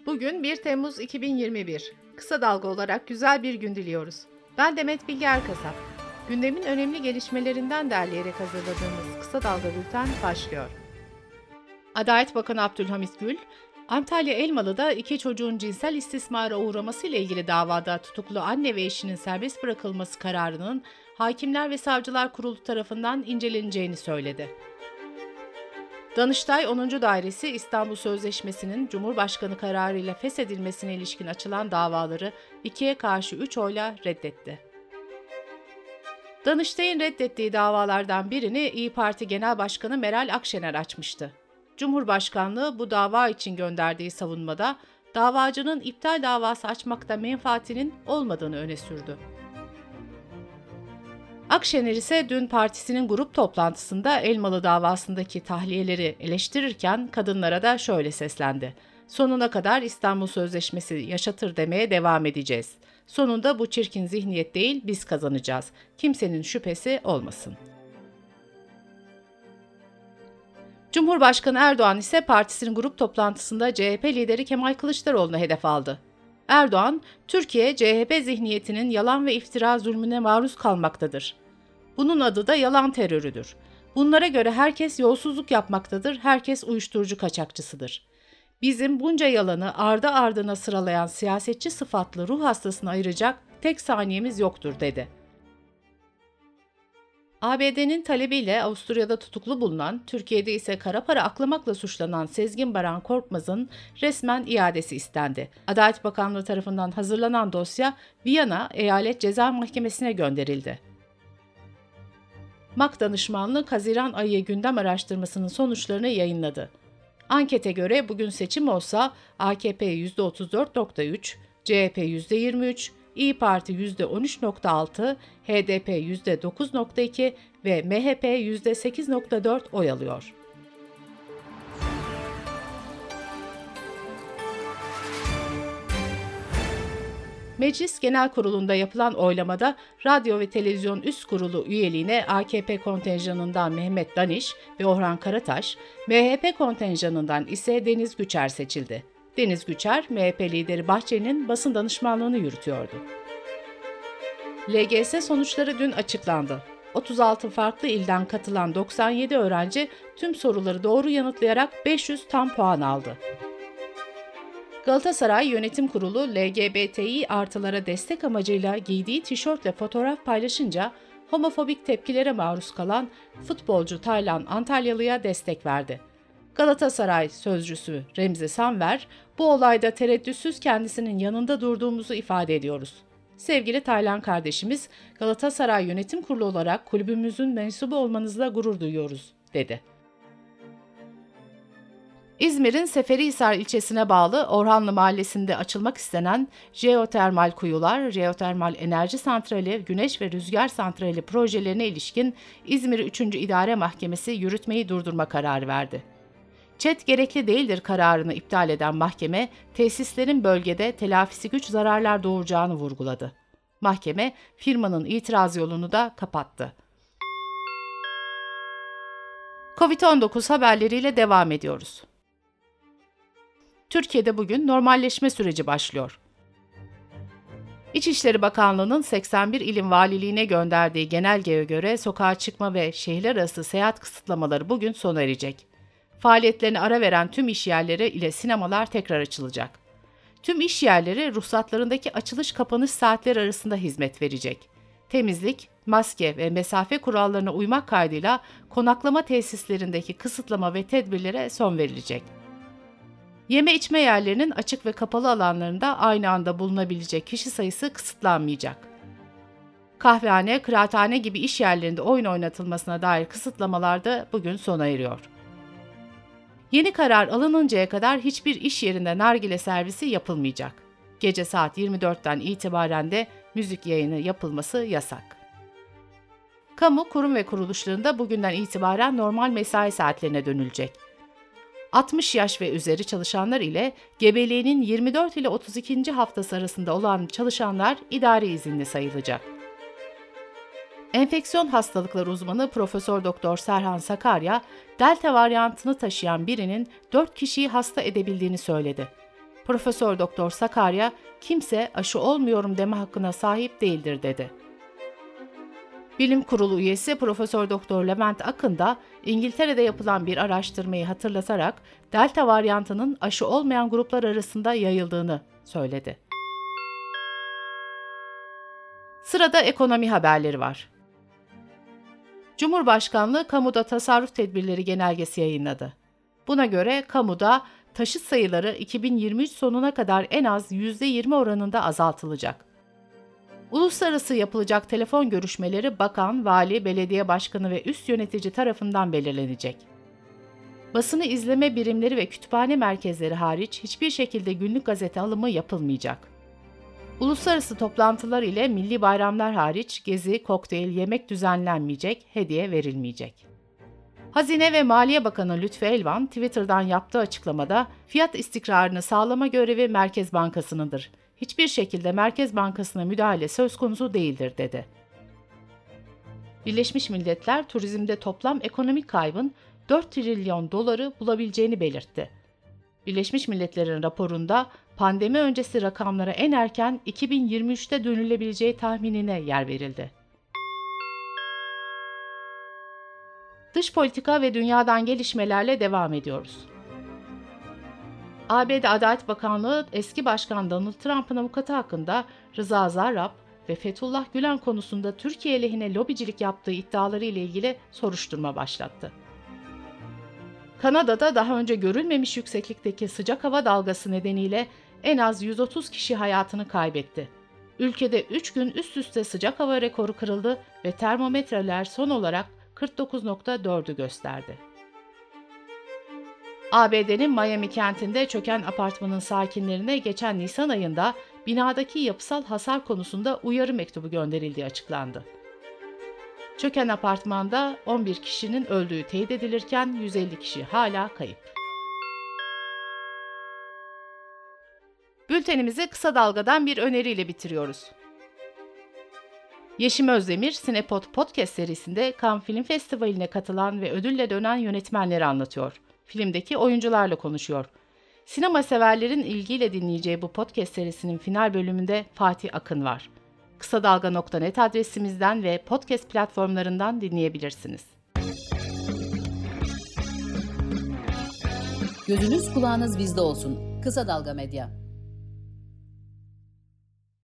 Bugün 1 Temmuz 2021. Kısa Dalga olarak güzel bir gün diliyoruz. Ben Demet Bilge Erkasap. Gündemin önemli gelişmelerinden derleyerek hazırladığımız Kısa Dalga Bülten başlıyor. Adalet Bakanı Abdülhamit Gül, Antalya Elmalı'da 2 çocuğun cinsel istismara uğraması ile ilgili davada tutuklu anne ve eşinin serbest bırakılması kararının Hakimler ve Savcılar Kurulu tarafından inceleneceğini söyledi. Danıştay 10. Dairesi İstanbul Sözleşmesi'nin Cumhurbaşkanı kararıyla feshedilmesine ilişkin açılan davaları 2'ye karşı 3 oyla reddetti. Danıştay'ın reddettiği davalardan birini İYİ Parti Genel Başkanı Meral Akşener açmıştı. Cumhurbaşkanlığı bu dava için gönderdiği savunmada davacının iptal davası açmakta menfaatinin olmadığını öne sürdü. Akşener ise dün partisinin grup toplantısında Elmalı davasındaki tahliyeleri eleştirirken kadınlara da şöyle seslendi. Sonuna kadar İstanbul Sözleşmesi yaşatır demeye devam edeceğiz. Sonunda bu çirkin zihniyet değil biz kazanacağız. Kimsenin şüphesi olmasın. Cumhurbaşkanı Erdoğan ise partisinin grup toplantısında CHP lideri Kemal Kılıçdaroğlu'na hedef aldı. Erdoğan, Türkiye CHP zihniyetinin yalan ve iftira zulmüne maruz kalmaktadır. Bunun adı da yalan terörüdür. Bunlara göre herkes yolsuzluk yapmaktadır, herkes uyuşturucu kaçakçısıdır. Bizim bunca yalanı ardı ardına sıralayan siyasetçi sıfatlı ruh hastasını ayıracak tek saniyemiz yoktur, dedi. ABD'nin talebiyle Avusturya'da tutuklu bulunan, Türkiye'de ise kara para aklamakla suçlanan Sezgin Baran Korkmaz'ın resmen iadesi istendi. Adalet Bakanlığı tarafından hazırlanan dosya Viyana Eyalet Ceza Mahkemesi'ne gönderildi. MAK danışmanlığı Haziran ayı gündem araştırmasının sonuçlarını yayınladı. Ankete göre bugün seçim olsa AKP %34.3, CHP %23, İYİ Parti %13.6, HDP %9.2 ve MHP %8.4 oy alıyor. Meclis Genel Kurulu'nda yapılan oylamada Radyo ve Televizyon Üst Kurulu üyeliğine AKP kontenjanından Mehmet Daniş ve Orhan Karataş, MHP kontenjanından ise Deniz Güçer seçildi. Deniz Güçer, MHP lideri Bahçeli'nin basın danışmanlığını yürütüyordu. LGS sonuçları dün açıklandı. 36 farklı ilden katılan 97 öğrenci tüm soruları doğru yanıtlayarak 500 tam puan aldı. Galatasaray Yönetim Kurulu LGBTİ artılara destek amacıyla giydiği tişörtle fotoğraf paylaşınca homofobik tepkilere maruz kalan futbolcu Taylan Antalyalı'ya destek verdi. Galatasaray sözcüsü Remzi Sanver, bu olayda tereddütsüz kendisinin yanında durduğumuzu ifade ediyoruz. Sevgili Taylan kardeşimiz, Galatasaray Yönetim Kurulu olarak kulübümüzün mensubu olmanızla gurur duyuyoruz, dedi. İzmir'in Seferihisar ilçesine bağlı Orhanlı Mahallesi'nde açılmak istenen jeotermal kuyular, jeotermal enerji santrali, güneş ve rüzgar santrali projelerine ilişkin İzmir 3. İdare Mahkemesi yürütmeyi durdurma kararı verdi. ÇED gerekli değildir kararını iptal eden mahkeme, tesislerin bölgede telafisi güç zararlar doğuracağını vurguladı. Mahkeme, firmanın itiraz yolunu da kapattı. Covid-19 haberleriyle devam ediyoruz. Türkiye'de bugün normalleşme süreci başlıyor. İçişleri Bakanlığı'nın 81 ilin valiliğine gönderdiği genelgeye göre sokağa çıkma ve şehirler arası seyahat kısıtlamaları bugün sona erecek. Faaliyetlerine ara veren tüm işyerleri ile sinemalar tekrar açılacak. Tüm işyerleri ruhsatlarındaki açılış-kapanış saatleri arasında hizmet verecek. Temizlik, maske ve mesafe kurallarına uymak kaydıyla konaklama tesislerindeki kısıtlama ve tedbirlere son verilecek. Yeme içme yerlerinin açık ve kapalı alanlarında aynı anda bulunabilecek kişi sayısı kısıtlanmayacak. Kahvehane, kıraathane gibi iş yerlerinde oyun oynatılmasına dair kısıtlamalar da bugün sona eriyor. Yeni karar alınıncaya kadar hiçbir iş yerinde nargile servisi yapılmayacak. Gece saat 24'ten itibaren de müzik yayını yapılması yasak. Kamu, kurum ve kuruluşlarında bugünden itibaren normal mesai saatlerine dönülecek. 60 yaş ve üzeri çalışanlar ile gebeliğinin 24 ile 32. haftası arasında olan çalışanlar idari izinli sayılacak. Enfeksiyon hastalıkları uzmanı Profesör Doktor Serhan Sakarya, Delta varyantını taşıyan birinin 4 kişiyi hasta edebildiğini söyledi. Profesör Doktor Sakarya, kimse aşı olmuyorum deme hakkına sahip değildir dedi. Bilim Kurulu üyesi Profesör Doktor Levent Akın da İngiltere'de yapılan bir araştırmayı hatırlatarak Delta varyantının aşı olmayan gruplar arasında yayıldığını söyledi. Sırada ekonomi haberleri var. Cumhurbaşkanlığı Kamuda Tasarruf Tedbirleri Genelgesi yayınladı. Buna göre kamuda taşıt sayıları 2023 sonuna kadar en az %20 oranında azaltılacak. Uluslararası yapılacak telefon görüşmeleri bakan, vali, belediye başkanı ve üst yönetici tarafından belirlenecek. Basını izleme birimleri ve kütüphane merkezleri hariç hiçbir şekilde günlük gazete alımı yapılmayacak. Uluslararası toplantılar ile milli bayramlar hariç gezi, kokteyl, yemek düzenlenmeyecek, hediye verilmeyecek. Hazine ve Maliye Bakanı Lütfü Elvan, Twitter'dan yaptığı açıklamada fiyat istikrarını sağlama görevi Merkez Bankası'nındır. Hiçbir şekilde Merkez Bankası'na müdahale söz konusu değildir, dedi. Birleşmiş Milletler, turizmde toplam ekonomik kaybın 4 trilyon doları bulabileceğini belirtti. Birleşmiş Milletler'in raporunda pandemi öncesi rakamlara en erken 2023'te dönülebileceği tahminine yer verildi. Dış politika ve dünyadan gelişmelerle devam ediyoruz. ABD Adalet Bakanlığı eski başkan Donald Trump'ın avukatı hakkında Rıza Zarrab ve Fethullah Gülen konusunda Türkiye lehine lobicilik yaptığı iddiaları ile ilgili soruşturma başlattı. Kanada'da daha önce görülmemiş yükseklikteki sıcak hava dalgası nedeniyle en az 130 kişi hayatını kaybetti. Ülkede 3 gün üst üste sıcak hava rekoru kırıldı ve termometreler son olarak 49.4'ü gösterdi. ABD'nin Miami kentinde çöken apartmanın sakinlerine geçen Nisan ayında binadaki yapısal hasar konusunda uyarı mektubu gönderildiği açıklandı. Çöken apartmanda 11 kişinin öldüğü teyit edilirken 150 kişi hala kayıp. Bültenimizi kısa dalgadan bir öneriyle bitiriyoruz. Yeşim Özdemir, Sinepod Podcast serisinde Cannes Film Festivali'ne katılan ve ödülle dönen yönetmenleri anlatıyor. Filmdeki oyuncularla konuşuyor. Sinema severlerin ilgiyle dinleyeceği bu podcast serisinin final bölümünde Fatih Akın var. Kısadalga.net adresimizden ve podcast platformlarından dinleyebilirsiniz. Gözünüz kulağınız bizde olsun. Kısa Dalga Medya.